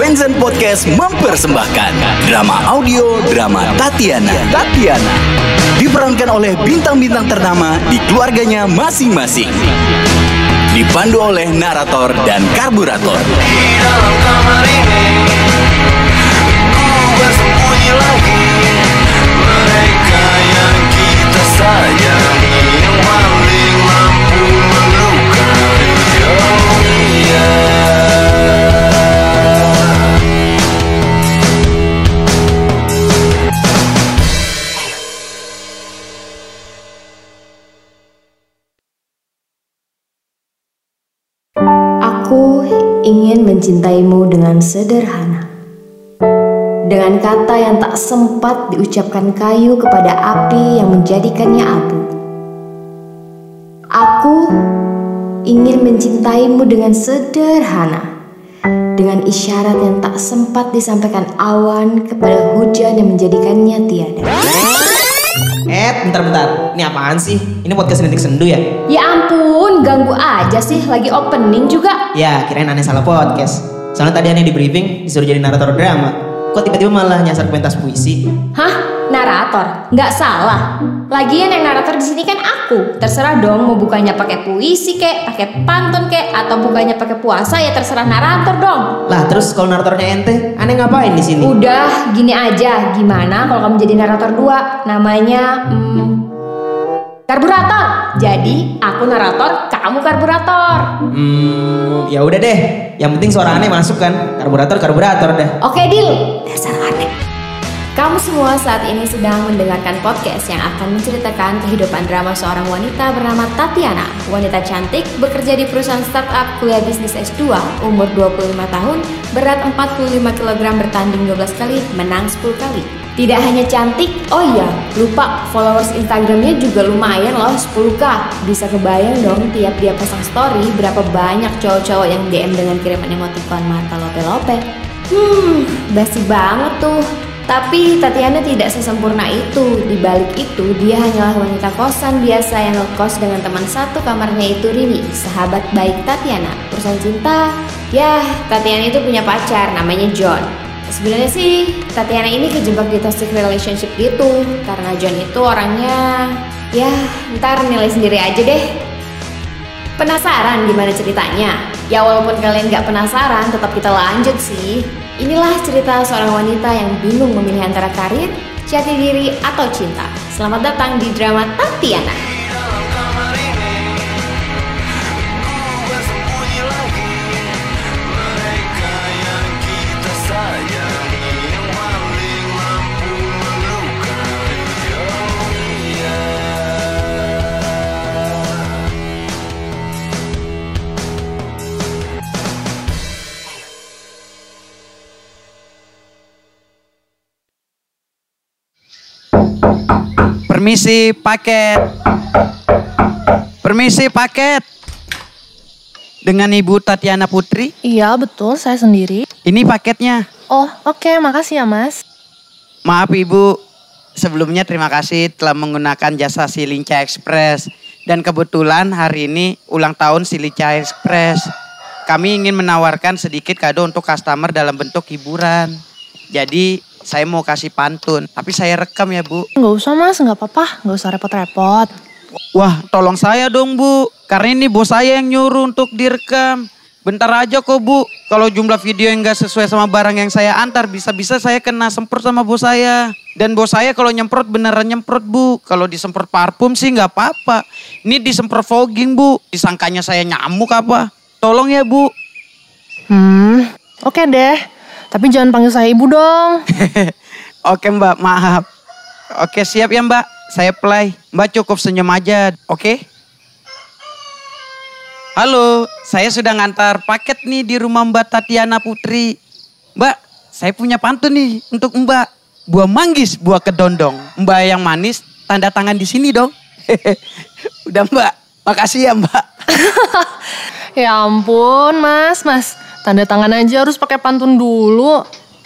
Friends and Podcast mempersembahkan drama audio drama Tatiana. Diperankan oleh bintang-bintang ternama di keluarganya masing-masing. Dipandu oleh narator dan karburator. Di dalam kamar ini ku bersembunyi lagi. Mereka yang kita sayangi, yang paling mampu melukai. Oh yeah. Aku ingin mencintaimu dengan sederhana, dengan kata yang tak sempat diucapkan kayu kepada api yang menjadikannya abu. Aku ingin mencintaimu dengan sederhana, dengan isyarat yang tak sempat disampaikan awan kepada hujan yang menjadikannya tiada. Bentar. Ini apaan sih? Ini podcast Rintik Sendu ya? Ya ampun, ganggu aja sih, lagi opening juga. Ya, kirain aneh salah podcast. Soalnya tadi aneh di briefing disuruh jadi narator drama. Kok tiba-tiba malah nyasar pentas puisi? Hah? Narator? Nggak salah. Lagian yang narator di sini kan aku. Terserah dong mau bukanya pakai puisi kek, pakai pantun kek, atau bukanya pakai puasa ya terserah narator dong. Lah terus kalau naratornya ente, aneh ngapain di sini? Udah, gini aja. Gimana kalau kamu jadi narator 2? Namanya karburator. Jadi aku narator, kamu karburator. Ya udah deh. Yang penting suara aneh masuk kan. Karburator deh. Oke, deal. Dasar aneh. Kamu semua saat ini sedang mendengarkan podcast yang akan menceritakan kehidupan drama seorang wanita bernama Tatiana. Wanita cantik, bekerja di perusahaan startup, kuliah bisnis S2, umur 25 tahun, berat 45 kg, bertanding 12 kali, menang 10 kali. Tidak hanya cantik, oh iya, lupa followers Instagramnya juga lumayan loh, 10k. Bisa kebayang dong tiap dia pasang story berapa banyak cowok-cowok yang DM dengan kiriman emoticon mata lope-lope. Basi banget tuh. Tapi Tatiana tidak sesempurna itu. Di balik itu, dia hanyalah wanita kosan biasa yang ngekos dengan teman satu kamarnya itu Rini, sahabat baik Tatiana. Urusan cinta, ya Tatiana itu punya pacar namanya John. Sebenarnya sih Tatiana ini kejebak di toxic relationship gitu, karena John itu orangnya, ya ntar nilai sendiri aja deh. Penasaran gimana ceritanya? Ya walaupun kalian gak penasaran, tetap kita lanjut sih. Inilah cerita seorang wanita yang bingung memilih antara karir, jati diri, atau cinta. Selamat datang di drama Tatiana. Di dalam kamar ini ku bersembunyi lagi. Mereka yang kita sayangi, yang paling mampu melukai. Oh yeah. Permisi paket. Dengan Ibu Tatiana Putri. Iya betul, saya sendiri. Ini paketnya. Oh oke, makasih ya mas. Maaf Ibu, sebelumnya terima kasih telah menggunakan jasa Silinca Express. Dan kebetulan hari ini ulang tahun Silinca Express. Kami ingin menawarkan sedikit kado untuk customer dalam bentuk hiburan. Jadi saya mau kasih pantun, tapi saya rekam ya Bu. Nggak usah mas, nggak apa-apa, nggak usah repot-repot. Wah, tolong saya dong Bu. Karena ini bos saya yang nyuruh untuk direkam. Bentar aja kok Bu. Kalau jumlah video yang gak sesuai sama barang yang saya antar, bisa-bisa saya kena semprot sama bos saya. Dan bos saya kalau nyemprot beneran nyemprot Bu. Kalau disemprot parfum sih gak apa-apa. Ini disemprot fogging Bu. Disangkanya saya nyamuk apa. Tolong ya Bu. Oke deh. Tapi jangan panggil saya ibu dong. Oke Mbak, maaf. Oke siap ya Mbak. Saya play. Mbak cukup senyum aja, oke? Halo, saya sudah ngantar paket nih di rumah Mbak Tatiana Putri. Mbak, saya punya pantun nih untuk Mbak. Buah manggis, buah kedondong. Mbak yang manis, tanda tangan di sini dong. Udah Mbak, makasih ya Mbak. Ya ampun mas. Tanda tangan aja harus pakai pantun dulu.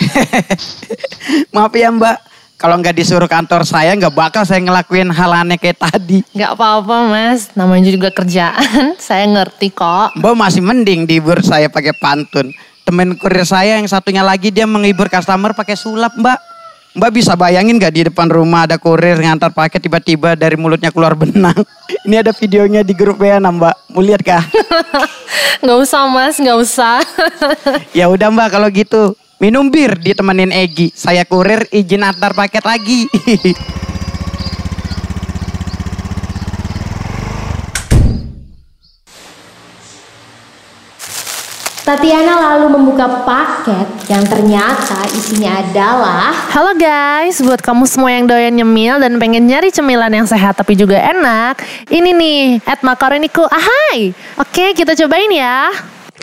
Maaf ya Mbak, kalau nggak disuruh kantor saya nggak bakal saya ngelakuin hal aneh kayak tadi. Nggak apa-apa mas, namanya juga kerjaan. Saya ngerti kok. Mbak masih mending dihibur saya pakai pantun. temen kurir saya yang satunya lagi dia menghibur customer pakai sulap, Mbak. Mbak bisa bayangin gak di depan rumah ada kurir ngantar paket tiba-tiba dari mulutnya keluar benang. Ini ada videonya di grup WA, Mbak. Mau lihat kah? Nggak usah Mas, nggak usah. Ya udah Mbak kalau gitu. Minum bir ditemenin Egi. Saya kurir izin antar paket lagi. Tatiana lalu membuka paket yang ternyata isinya adalah Halo guys, buat kamu semua yang doyan nyemil dan pengen nyari cemilan yang sehat tapi juga enak, ini nih, @makaroniku ahai. Oke, kita cobain ya.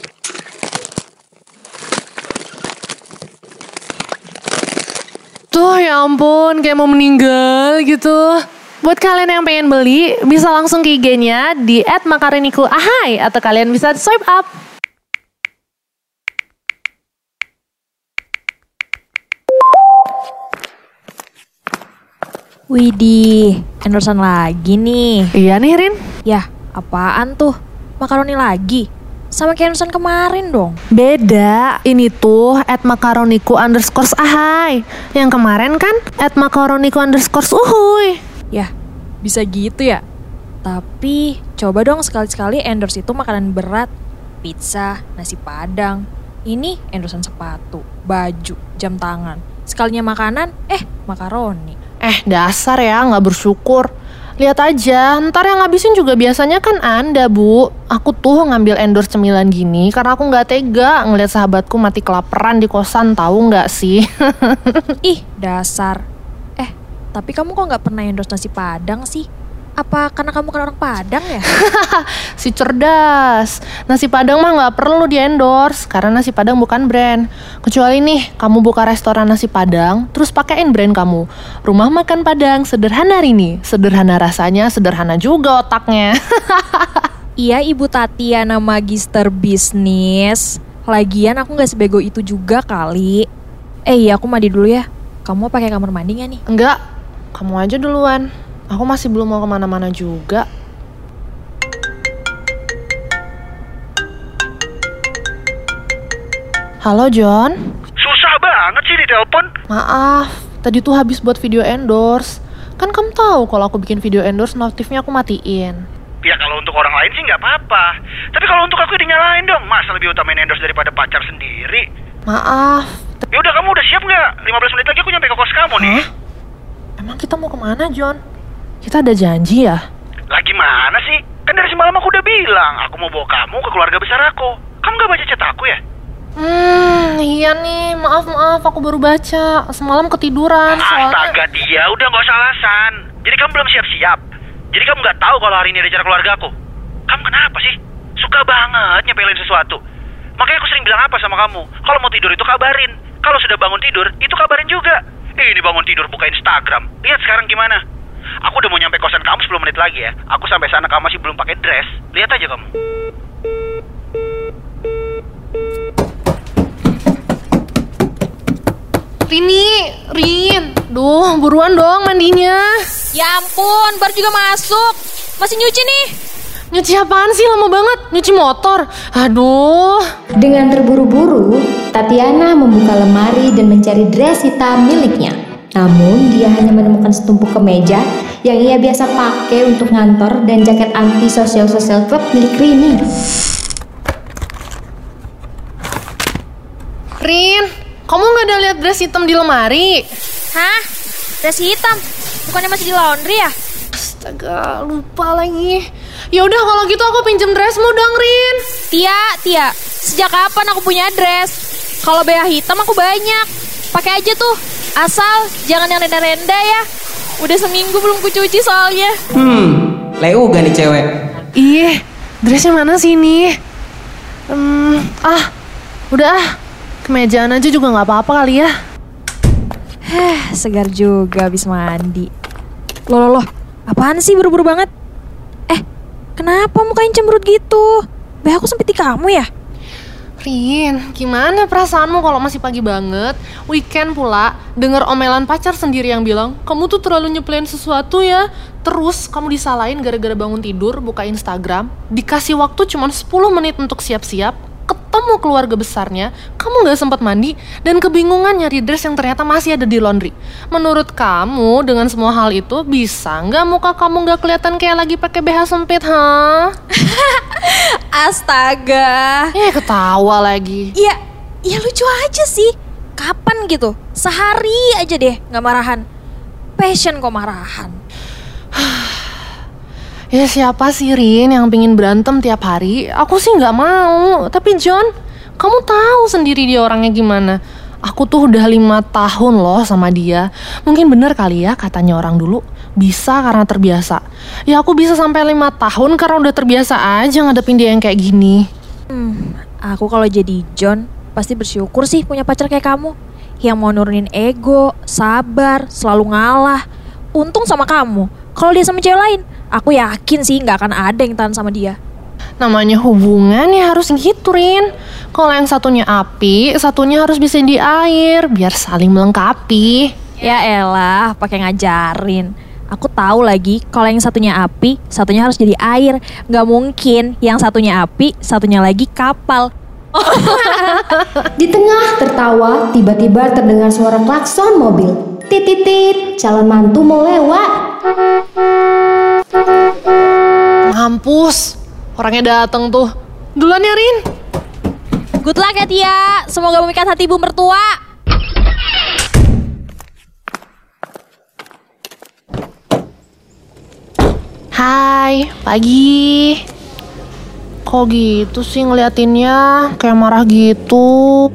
Tuh ya ampun, kayak mau meninggal gitu. Buat kalian yang pengen beli, bisa langsung ke IG-nya di @makaroniku ahai atau kalian bisa swipe up. Widih, endorsean lagi nih. Iya nih Rin. Yah, apaan tuh? Makaroni lagi? Sama kayak endorsean kemarin dong. Beda, ini tuh @makaroniku_ahai. Yang kemarin kan @makaroniku_uhuy. Yah, bisa gitu ya? Tapi coba dong sekali-sekali endorse itu makanan berat. Pizza, nasi padang. Ini endorsean sepatu, baju, jam tangan. Sekalinya makanan, makaroni. Dasar ya, gak bersyukur. Lihat aja, ntar yang ngabisin juga biasanya kan Anda, Bu. Aku tuh ngambil endorse cemilan gini karena aku gak tega ngeliat sahabatku mati kelaparan di kosan, tahu gak sih? Ih, dasar. Tapi kamu kok gak pernah endorse nasi padang sih? Apa karena kamu kan orang Padang ya? Si cerdas. Nasi Padang mah gak perlu di endorse karena nasi Padang bukan brand. Kecuali nih, kamu buka restoran nasi Padang, terus pakein brand kamu. Rumah makan Padang, sederhana Rini. Sederhana rasanya, sederhana juga otaknya. Iya, Ibu Tatiana Magister Bisnis. Lagian aku gak sebego itu juga kali. Iya, aku mandi dulu ya. Kamu mau pakai kamar mandi gak nih? Enggak, kamu aja duluan. Aku masih belum mau kemana-mana juga. Halo John. Susah banget sih ditelepon. Maaf, tadi tuh habis buat video endorse. Kan kamu tahu kalau aku bikin video endorse notifnya aku matiin. Ya kalau untuk orang lain sih nggak apa-apa. Tapi kalau untuk aku dinyalain dong. Masa lebih utamain endorse daripada pacar sendiri? Maaf. Ya udah, kamu udah siap nggak? 15 menit lagi aku nyampe ke kos kamu nih. Emang kita mau kemana John? Kita ada janji ya? Lah gimana sih? Kan dari semalam aku udah bilang aku mau bawa kamu ke keluarga besar aku. Kamu nggak baca chat aku ya? Iya nih, maaf aku baru baca. Semalam ketiduran soalnya. Astaga dia, udah nggak usah alasan. Jadi kamu belum siap-siap. Jadi kamu nggak tahu kalau hari ini ada acara keluarga aku. Kamu kenapa sih? Suka banget nyepelin sesuatu. Makanya aku sering bilang apa sama kamu? Kalau mau tidur itu kabarin. Kalau sudah bangun tidur, itu kabarin juga. Ini bangun tidur buka Instagram. Lihat sekarang gimana? Aku udah mau nyampe kosan kamu 10 menit lagi ya. Aku sampai sana kamu masih belum pakai dress. Lihat aja kamu. Rin. Duh, buruan dong mandinya. Ya ampun, baru juga masuk. Masih nyuci nih. Nyuci apaan sih, lama banget. Nyuci motor. Aduh. Dengan terburu-buru, Tatiana membuka lemari dan mencari dress hitam miliknya. Namun, dia hanya menemukan setumpuk kemeja yang ia biasa pakai untuk ngantor dan jaket anti social club milik Rini. Rin, kamu gak ada lihat dress hitam di lemari? Hah? Dress hitam? Bukannya masih di laundry ya? Astaga, lupa lagi. Ya udah kalau gitu aku pinjem dressmu dong, Rin. Tia, sejak kapan aku punya dress? Kalau BH hitam aku banyak. Pakai aja tuh. Asal jangan yang renda-renda ya. Udah seminggu belum kucuci soalnya. Leu gak nih cewek? Ih, dressnya mana sih ini? Udah kemejaan aja juga gak apa-apa kali ya. Segar juga habis mandi. Loh, apaan sih buru-buru banget? Kenapa mukanya cemberut gitu? BH aku sempit di kamu ya? Rin, gimana perasaanmu kalau masih pagi banget, weekend pula, denger omelan pacar sendiri yang bilang, kamu tuh terlalu nyepelin sesuatu ya. Terus kamu disalahin gara-gara bangun tidur, buka Instagram, dikasih waktu cuma 10 menit untuk siap-siap, ketemu keluarga besarnya, kamu gak sempat mandi dan kebingungan nyari dress yang ternyata masih ada di laundry. Menurut kamu dengan semua hal itu bisa gak muka kamu gak kelihatan kayak lagi pakai BH sempit, ha? Astaga. Ketawa lagi. Ya lucu aja sih. Kapan gitu? Sehari aja deh gak marahan. Passion kok marahan. Ya siapa sih Rin yang pingin berantem tiap hari? Aku sih gak mau. Tapi John, kamu tahu sendiri dia orangnya gimana. Aku tuh udah 5 tahun loh sama dia. Mungkin bener kali ya katanya orang dulu, bisa karena terbiasa. Ya aku bisa sampai 5 tahun karena udah terbiasa aja ngadepin dia yang kayak gini. Aku kalau jadi John pasti bersyukur sih punya pacar kayak kamu. Yang mau nurunin ego, sabar, selalu ngalah. Untung sama kamu. Kalau dia sama cewek lain, aku yakin sih gak akan ada yang tahan sama dia. Namanya hubungan ya harus gitu, Rin. Kalau yang satunya api, satunya harus bisa di air, biar saling melengkapi. Ya elah, pakai ngajarin. Aku tahu lagi kalau yang satunya api, satunya harus jadi air. Gak mungkin yang satunya api, satunya lagi kapal. Di tengah tertawa, tiba-tiba terdengar suara klakson mobil. Tit-tit-tit, calon mantu mau lewat. Mampus, orangnya dateng tuh. Duluan ya, Rin. Good luck ya Tia, semoga memikat hati ibu mertua. Hai, pagi. Kok gitu sih ngeliatinnya, kayak marah gitu.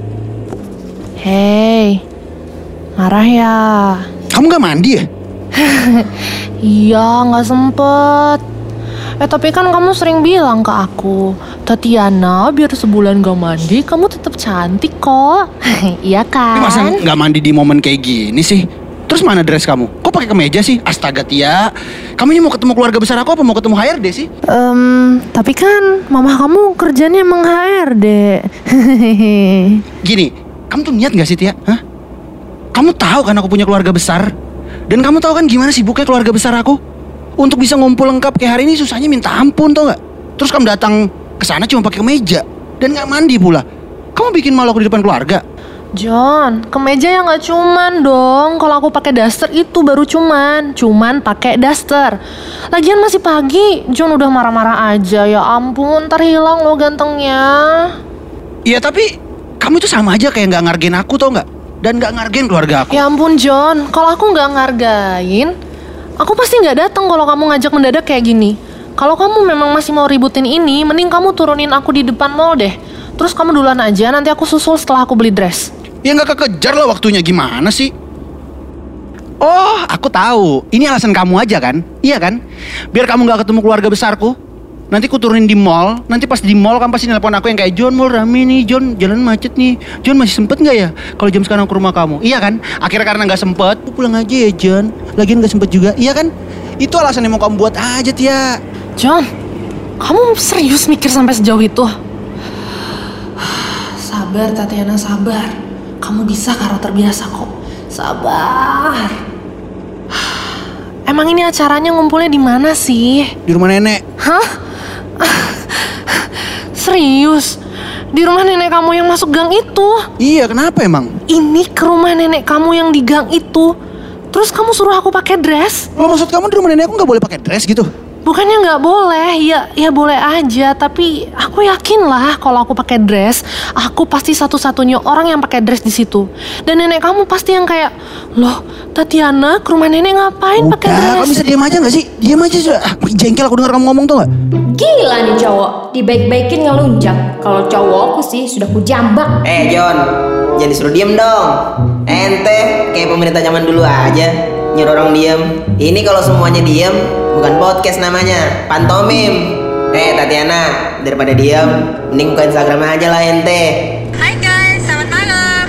Hei, marah ya? Kamu gak mandi ya? Iya, gak sempet. Tapi kan kamu sering bilang ke aku, Tatiana, biar sebulan gak mandi, kamu tetap cantik kok. Iya kan? Ini masa gak mandi di momen kayak gini sih? Terus mana dress kamu? Kok pakai kemeja sih? Astaga Tia, kamu ini mau ketemu keluarga besar aku apa mau ketemu HRD sih? Tapi kan mama kamu kerjanya emang HRD. Gini, kamu tuh niat gak sih Tia? Hah? Kamu tahu kan aku punya keluarga besar? Dan kamu tahu kan gimana sibuknya keluarga besar aku? Untuk bisa ngumpul lengkap kayak hari ini susahnya minta ampun, tau gak? Terus kamu datang ke sana cuma pakai kemeja dan gak mandi pula. Kamu bikin malu aku di depan keluarga. John, kemeja yang gak cuman dong. Kalau aku pakai daster itu baru cuman pakai daster. Lagian masih pagi, John udah marah-marah aja. Ya ampun, ntar hilang lo gantengnya. Iya tapi kamu itu sama aja kayak gak ngargain aku, tau gak? Dan gak ngargain keluarga aku. Ya ampun John, kalau aku gak ngargain, aku pasti gak datang kalau kamu ngajak mendadak kayak gini. Kalau kamu memang masih mau ributin ini, mending kamu turunin aku di depan mall deh. Terus kamu duluan aja, nanti aku susul setelah aku beli dress. Ya gak kekejar lah waktunya, gimana sih? Oh, aku tahu. Ini alasan kamu aja kan? Iya kan? Biar kamu gak ketemu keluarga besarku. Nanti ku turunin di mall. Nanti pas di mall kamu pasti nelpon aku yang kayak, John, mall rame nih, John, jalan macet nih. John, masih sempet gak ya kalau jam sekarang ke rumah kamu? Iya kan? Akhirnya karena gak sempet, pulang aja ya John. Lagian gak sempet juga, iya kan? Itu alasan yang mau kamu buat aja Tia. John, kamu serius mikir sampai sejauh itu? Sabar Tatiana, sabar. Kamu bisa karena terbiasa kok. Sabar. Emang ini acaranya ngumpulnya di mana sih? Di rumah nenek. Hah? Serius? Di rumah nenek kamu yang masuk gang itu? Iya, kenapa emang? Ini ke rumah nenek kamu yang di gang itu. Terus kamu suruh aku pakai dress? Lo maksud kamu di rumah nenek aku gak boleh pakai dress gitu? Bukannya nggak boleh, ya boleh aja. Tapi aku yakin lah kalau aku pakai dress, aku pasti satu-satunya orang yang pakai dress di situ. Dan nenek kamu pasti yang kayak, loh Tatiana ke rumah nenek ngapain pakai dress? Udah, kamu bisa diam aja nggak sih? Diam aja sudah. Jengkel aku dengar kamu ngomong tuh nggak? Gila nih cowok, dibaik-baikin ngelunjak. Kalau cowokku sih sudah kujambak. John, jangan disuruh diem dong. Ente kayak pemerintah zaman dulu aja, nyuruh orang diem. Ini kalau semuanya diem, bukan podcast namanya, pantomim. Tatiana, daripada diem, mending buka Instagram aja lah ente. Hai guys, selamat malam.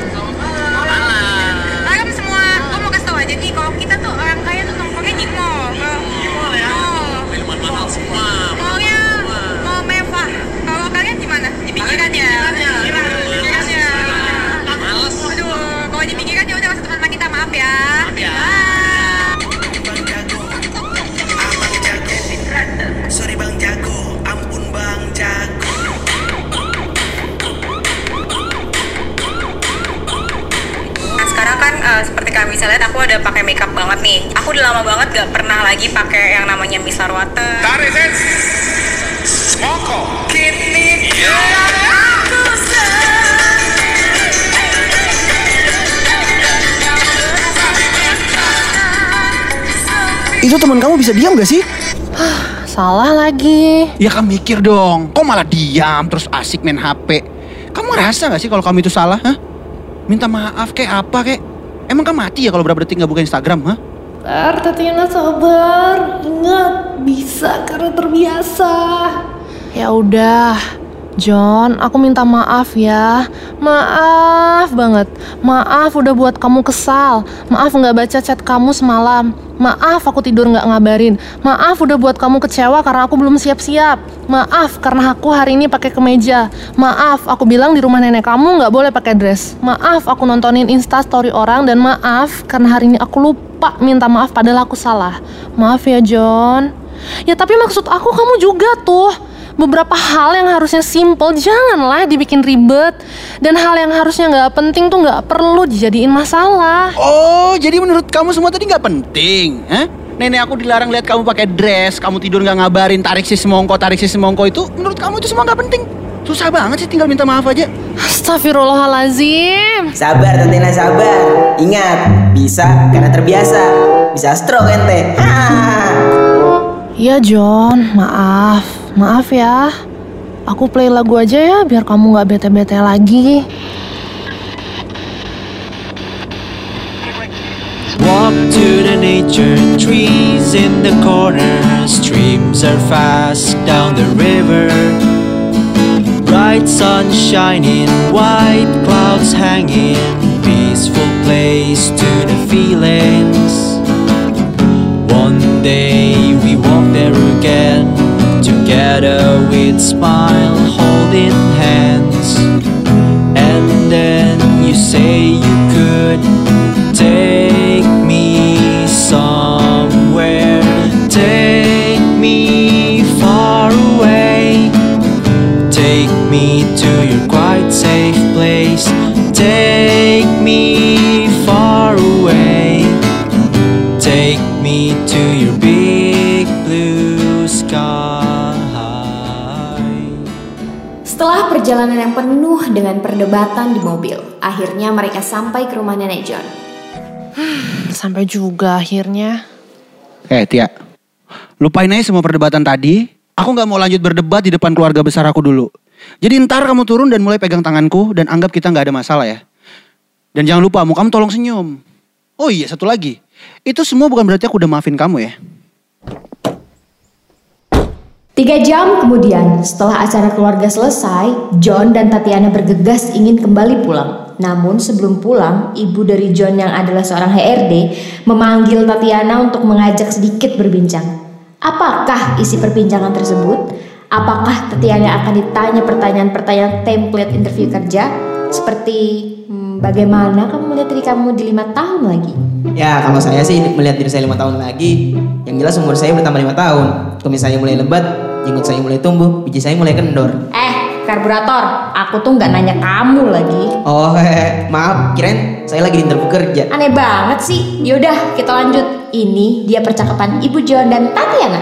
Malam semua. Gue mau kasih tau aja nih, kalau kita tuh orang kaya tuh nongkrongnya di mall. Minuman mahal semua. Mallnya mall mewah. Kalau kalian di mana? Di pinggiran ya. Males. Aduh, kalau di pinggiran ya udah masuk sama kita, maaf ya. Sorry Bang Jago, ampun Bang Jago. kan seperti kalian bisa lihat aku ada pakai makeup banget nih. Aku udah lama banget gak pernah lagi pakai yang namanya micellar water. Moko kini Itu teman kamu bisa diam gak sih? Salah lagi. Ya kan mikir dong, kok malah diam terus asik main HP. Kamu ngerasa gak sih kalau kamu itu salah? Hah? Minta maaf kayak apa kayak? Emang kamu mati ya kalau berapa detik gak buka Instagram? Hah? Tatiana sabar. Ingat, bisa karena terbiasa. Ya udah, John, aku minta maaf ya. Maaf banget. Maaf udah buat kamu kesal. Maaf gak baca chat kamu semalam. Maaf aku tidur gak ngabarin. Maaf udah buat kamu kecewa karena aku belum siap-siap. Maaf karena aku hari ini pakai kemeja. Maaf aku bilang di rumah nenek kamu gak boleh pakai dress. Maaf aku nontonin instastory orang. Dan maaf karena hari ini aku lupa minta maaf padahal aku salah. Maaf ya John. Ya tapi maksud aku kamu juga tuh. Beberapa hal yang harusnya simple janganlah dibikin ribet. Dan hal yang harusnya gak penting tuh gak perlu dijadiin masalah. Oh, jadi menurut kamu semua tadi gak penting? Hah? Nenek aku dilarang lihat kamu pakai dress, kamu tidur gak ngabarin, tarik si semongko itu menurut kamu itu semua gak penting? Susah banget sih tinggal minta maaf aja. Astagfirullahalazim. Sabar Tatiana, sabar. Ingat, bisa karena terbiasa. Bisa stroke ente. Iya John, maaf. Maaf ya. Aku play lagu aja ya biar kamu gak bete-bete lagi. Walk to the nature trees in the corner. Streams are fast down the river. Bright sun shining, white clouds hanging. Peaceful place to the feelings. One day we walk there again, together with smile, holding hands. And then you say you could take me somewhere, take me far away, take me to your quite safe place, take me far away, take me to your big blue sky. Setelah perjalanan yang penuh dengan perdebatan di mobil, akhirnya mereka sampai ke rumah nenek John. Sampai juga akhirnya. Tia, lupain aja semua perdebatan tadi. Aku gak mau lanjut berdebat di depan keluarga besar aku dulu. Jadi ntar kamu turun dan mulai pegang tanganku dan anggap kita gak ada masalah ya. Dan jangan lupa, kamu tolong senyum. Oh iya, satu lagi. Itu semua bukan berarti aku udah maafin kamu ya. 3 jam kemudian, setelah acara keluarga selesai, John dan Tatiana bergegas ingin kembali pulang. Namun sebelum pulang, ibu dari John yang adalah seorang HRD memanggil Tatiana untuk mengajak sedikit berbincang. Apakah isi perbincangan tersebut? Apakah Tatiana akan ditanya pertanyaan-pertanyaan template interview kerja? Seperti, bagaimana kamu melihat diri kamu di 5 tahun lagi? Ya kalau saya sih melihat diri saya 5 tahun lagi, yang jelas umur saya bertambah 5 tahun. Kumis saya mulai lebat, jenggot saya mulai tumbuh, biji saya mulai kendor. Karburator, aku tuh nggak nanya kamu lagi. Oh maaf, kirain saya lagi di interview kerja. Aneh banget sih. Yaudah kita lanjut. Ini dia percakapan Ibu John dan Tatiana.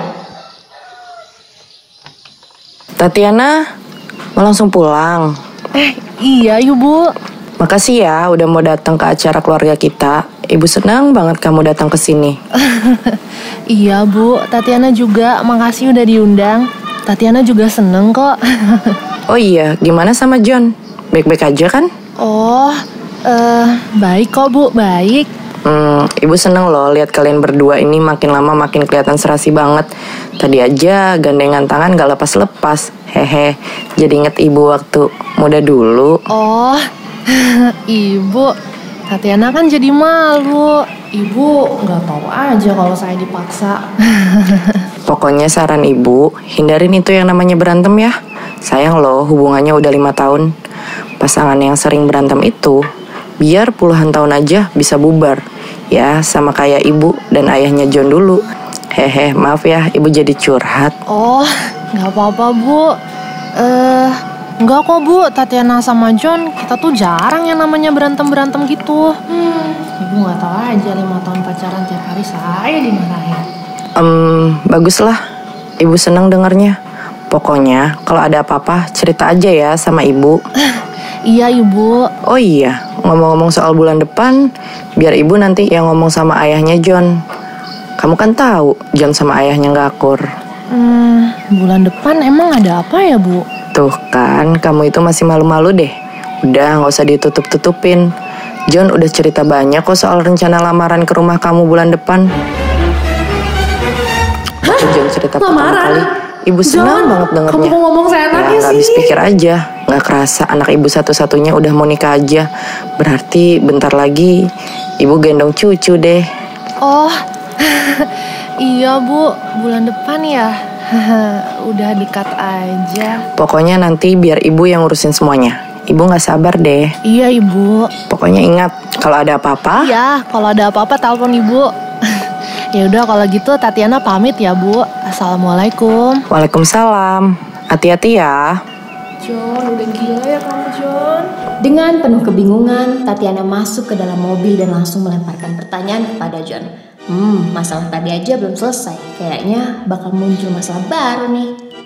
Tatiana, mau langsung pulang? Iya Ibu. Makasih ya udah mau datang ke acara keluarga kita. Ibu senang banget kamu datang ke sini. Iya Bu, Tatiana juga makasih udah diundang. Tatiana juga seneng kok. Oh iya, gimana sama John? Baik-baik aja kan? Oh, baik kok Bu, baik. Ibu seneng loh lihat kalian berdua ini makin lama makin kelihatan serasi banget. Tadi aja gandengan tangan gak lepas-lepas. Hehe, jadi inget ibu waktu muda dulu. Oh, Ibu, Tatiana kan jadi malu. Ibu gak tahu aja kalau saya dipaksa. Pokoknya saran ibu, hindarin itu yang namanya berantem ya. Sayang loh hubungannya udah 5 tahun. Pasangan yang sering berantem itu biar puluhan tahun aja bisa bubar. Ya sama kayak ibu dan ayahnya John dulu. Hehe, maaf ya ibu jadi curhat. Oh, gak apa-apa Bu. Enggak kok Bu, Tatiana sama John, kita tuh jarang yang namanya berantem-berantem gitu. Ibu gak tahu aja 5 tahun pacaran tiap hari saya dimarahin. Baguslah, Ibu seneng dengernya. Pokoknya kalau ada apa-apa cerita aja ya sama Ibu. Iya Ibu. Oh iya, ngomong-ngomong soal bulan depan, biar Ibu nanti yang ngomong sama ayahnya John. Kamu kan tahu John sama ayahnya gak akur. Bulan depan emang ada apa ya Bu? Tuh kan, kamu itu masih malu-malu deh. Udah, gak usah ditutup-tutupin. John udah cerita banyak kok soal rencana lamaran ke rumah kamu bulan depan. John cerita pertama kali, Ibu senang banget dengernya. Kamu ngomong seenaknya Gak habis pikir aja. Gak kerasa anak Ibu satu-satunya udah mau nikah aja. Berarti bentar lagi Ibu gendong cucu deh. Oh, iya Bu, bulan depan ya. Udah dekat aja. Pokoknya nanti biar Ibu yang ngurusin semuanya. Ibu gak sabar deh. Iya Ibu. Pokoknya ingat, kalau ada apa-apa. Iya, kalau ada apa-apa telepon Ibu. Ya udah kalau gitu Tatiana pamit ya Bu. Assalamualaikum. Waalaikumsalam. Hati-hati ya. John, udah gila ya kamu John. Dengan penuh kebingungan, Tatiana masuk ke dalam mobil dan langsung melemparkan pertanyaan kepada John. Masalah tadi aja belum selesai. Kayaknya bakal muncul masalah baru nih.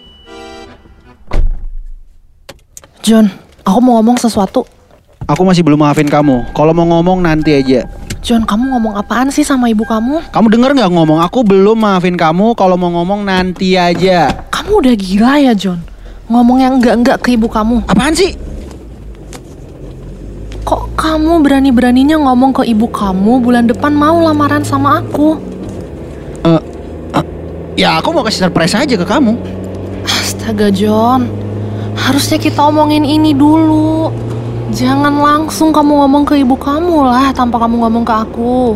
John, aku mau ngomong sesuatu. Aku masih belum maafin kamu. Kalau mau ngomong nanti aja. John, kamu ngomong apaan sih sama ibu kamu? Kamu denger gak ngomong? Aku belum maafin kamu. Kalau mau ngomong nanti aja. Kamu udah gila ya John? Ngomong yang enggak ke ibu kamu. Apaan sih? Kok kamu berani-beraninya ngomong ke ibu kamu bulan depan mau lamaran sama aku? Ya aku mau kasih surprise aja ke kamu. Astaga John, harusnya kita omongin ini dulu. Jangan langsung kamu ngomong ke ibu kamu lah tanpa kamu ngomong ke aku.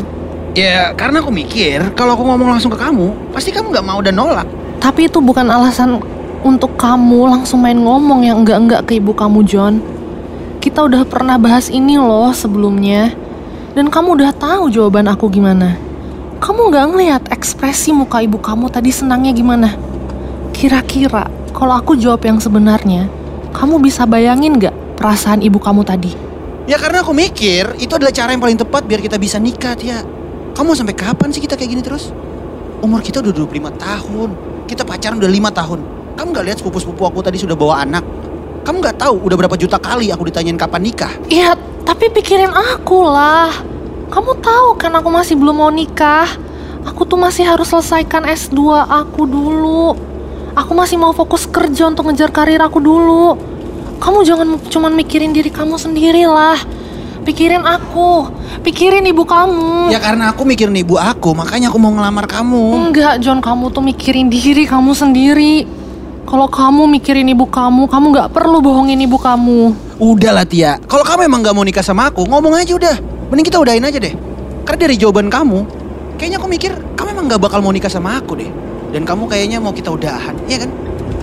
Ya karena aku mikir kalau aku ngomong langsung ke kamu, pasti kamu gak mau dan nolak. Tapi itu bukan alasan untuk kamu langsung main ngomong yang enggak ke ibu kamu John. Kita udah pernah bahas ini loh sebelumnya. Dan kamu udah tahu jawaban aku gimana. Kamu gak ngeliat ekspresi muka ibu kamu tadi senangnya gimana? Kira-kira kalau aku jawab yang sebenarnya, kamu bisa bayangin gak perasaan ibu kamu tadi? Ya karena aku mikir itu adalah cara yang paling tepat biar kita bisa nikah, Tia. Kamu sampai kapan sih kita kayak gini terus? Umur kita udah 25 tahun. Kita pacaran udah 5 tahun. Kamu gak lihat sepupu-sepupu aku tadi sudah bawa anak? Kamu gak tahu udah berapa juta kali aku ditanyain kapan nikah? Iya, tapi pikirin aku lah. Kamu tahu kan aku masih belum mau nikah. Aku tuh masih harus selesaikan S2 aku dulu. Aku masih mau fokus kerja untuk ngejar karir aku dulu. Kamu jangan cuma mikirin diri kamu sendiri lah. Pikirin aku, pikirin ibu kamu. Ya karena aku mikirin ibu aku, makanya aku mau ngelamar kamu. Enggak John, kamu tuh mikirin diri kamu sendiri. Kalau kamu mikirin ibu kamu gak perlu bohongin ibu kamu. Udahlah Tia, kalau kamu emang gak mau nikah sama aku, ngomong aja udah. Mending kita udahin aja deh. Karena dari jawaban kamu, kayaknya aku mikir kamu emang gak bakal mau nikah sama aku deh. Dan kamu kayaknya mau kita udahan, iya kan?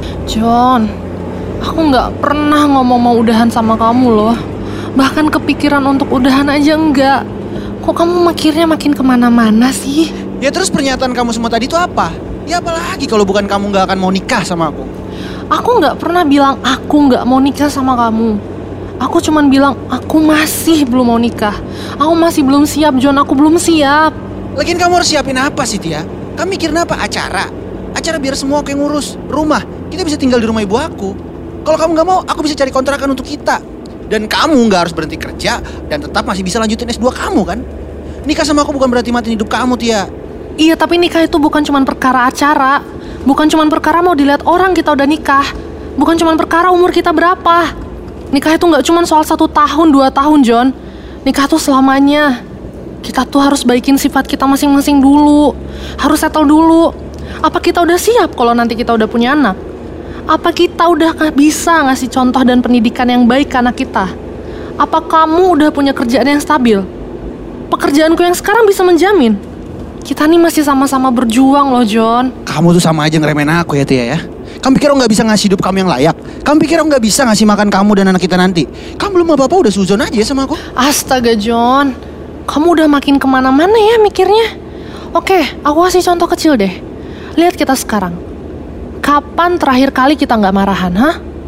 John, aku gak pernah ngomong mau udahan sama kamu loh. Bahkan kepikiran untuk udahan aja enggak. Kok kamu mikirnya makin kemana-mana sih? Ya terus pernyataan kamu semua tadi itu apa? Ya apalagi kalau bukan kamu gak akan mau nikah sama aku. Aku gak pernah bilang aku gak mau nikah sama kamu. Aku cuman bilang aku masih belum mau nikah. Aku masih belum siap John, aku belum siap. Lagian kamu harus siapin apa sih Tia? Kamu mikirin apa? Acara? Acara biar semua aku yang ngurus. Rumah, kita bisa tinggal di rumah ibu aku. Kalau kamu gak mau, aku bisa cari kontrakan untuk kita. Dan kamu gak harus berhenti kerja dan tetap masih bisa lanjutin S2 kamu kan? Nikah sama aku bukan berarti matiin hidup kamu Tia. Iya, tapi nikah itu bukan cuma perkara acara. Bukan cuma perkara mau dilihat orang kita udah nikah. Bukan cuma perkara umur kita berapa. Nikah itu gak cuma soal 1 tahun, 2 tahun, John. Nikah tuh selamanya. Kita tuh harus baikin sifat kita masing-masing dulu. Harus settle dulu. Apa kita udah siap kalau nanti kita udah punya anak? Apa kita udah bisa ngasih contoh dan pendidikan yang baik ke anak kita? Apa kamu udah punya kerjaan yang stabil? Pekerjaanku yang sekarang bisa menjamin. Kita nih masih sama-sama berjuang loh John. Kamu tuh sama aja ngeremehin aku ya Tia ya. Kamu pikir aku gak bisa ngasih hidup kamu yang layak? Kamu pikir aku gak bisa ngasih makan kamu dan anak kita nanti? Kamu belum apa-apa udah suzon aja sama aku. Astaga John, kamu udah makin kemana-mana ya mikirnya. Oke, aku kasih contoh kecil deh. Lihat kita sekarang. Kapan terakhir kali kita gak marahan, hah?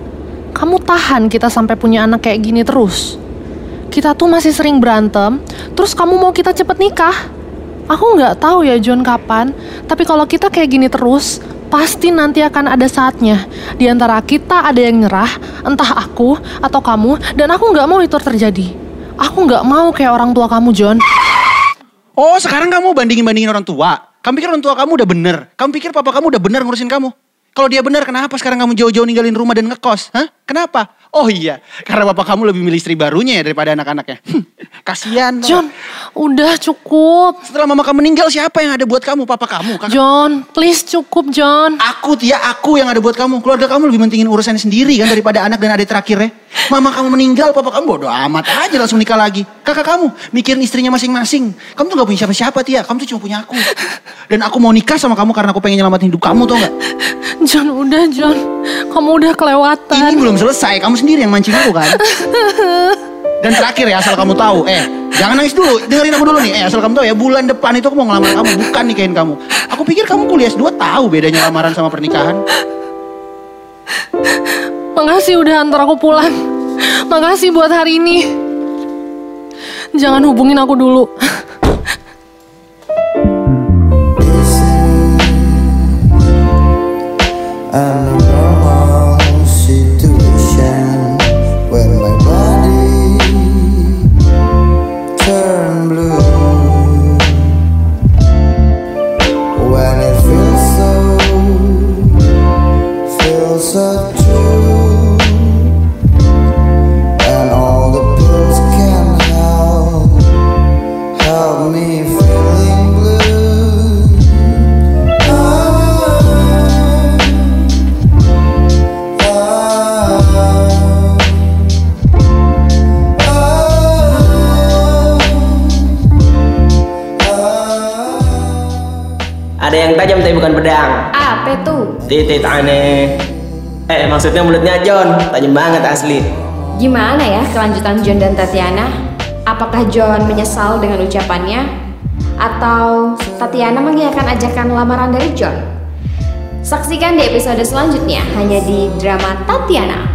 kamu tahan kita sampai punya anak kayak gini terus? Kita tuh masih sering berantem, terus kamu mau kita cepet nikah? Aku nggak tahu ya John kapan, tapi kalau kita kayak gini terus, pasti nanti akan ada saatnya di antara kita ada yang nyerah, entah aku atau kamu, dan aku nggak mau itu terjadi. Aku nggak mau kayak orang tua kamu, John. Oh, sekarang kamu bandingin orang tua? Kamu pikir orang tua kamu udah bener? Kamu pikir papa kamu udah bener ngurusin kamu? Kalau dia bener, kenapa sekarang kamu jauh-jauh ninggalin rumah dan ngekos? Hah? Kenapa? Oh iya, karena bapak kamu lebih milih istri barunya ya daripada anak-anaknya. Kasian. John, udah cukup. Setelah mama kamu meninggal, siapa yang ada buat kamu? Papa kamu? Kakak? John, please cukup John. Aku yang ada buat kamu. Keluarga kamu lebih mentingin urusannya sendiri kan daripada anak dan adik terakhirnya. Mama kamu meninggal, papa kamu bodo amat aja langsung nikah lagi. Kakak kamu mikirin istrinya masing-masing. Kamu tuh gak punya siapa-siapa, Tia. Kamu tuh cuma punya aku. Dan aku mau nikah sama kamu karena aku pengen nyelamatin hidup kamu, tau gak? John, udah John. Kamu udah kelewatan. Ini belum selesai. Kamu sendiri yang mancing aku kan? Dan terakhir ya, asal kamu tahu. Jangan nangis dulu. Dengerin aku dulu nih. Asal kamu tahu ya, bulan depan itu aku mau ngelamar kamu. Bukan nikahin kamu. Aku pikir kamu kuliah S2 tahu bedanya lamaran sama pernikahan. Makasih udah antar aku pulang. Makasih buat hari ini. Jangan hubungin aku dulu. Ada yang tajam tapi bukan pedang. Apa tuh? Titit aneh. Maksudnya mulutnya John, tajam banget asli. Gimana ya kelanjutan John dan Tatiana? Apakah John menyesal dengan ucapannya? Atau Tatiana mengiyakan ajakan lamaran dari John? Saksikan di episode selanjutnya hanya di drama Tatiana.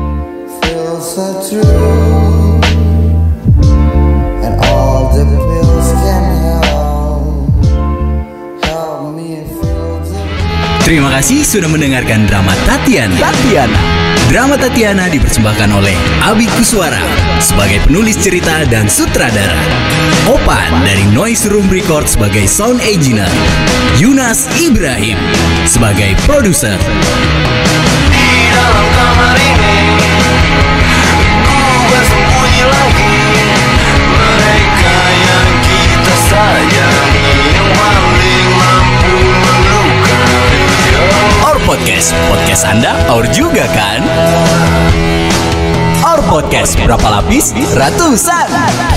Terima kasih sudah mendengarkan drama Tatiana. Drama Tatiana dipersembahkan oleh Abi Kuswara sebagai penulis cerita dan sutradara. Opan dari Noise Room Record sebagai sound engineer. Yunas Ibrahim sebagai produser. Di dalam kamar ini ku bersembunyi lagi. Mereka yang kita sayangi yang paling mampu melukai. Our Podcast Anda, Our juga kan? Our Podcast, berapa lapis? Ratusan.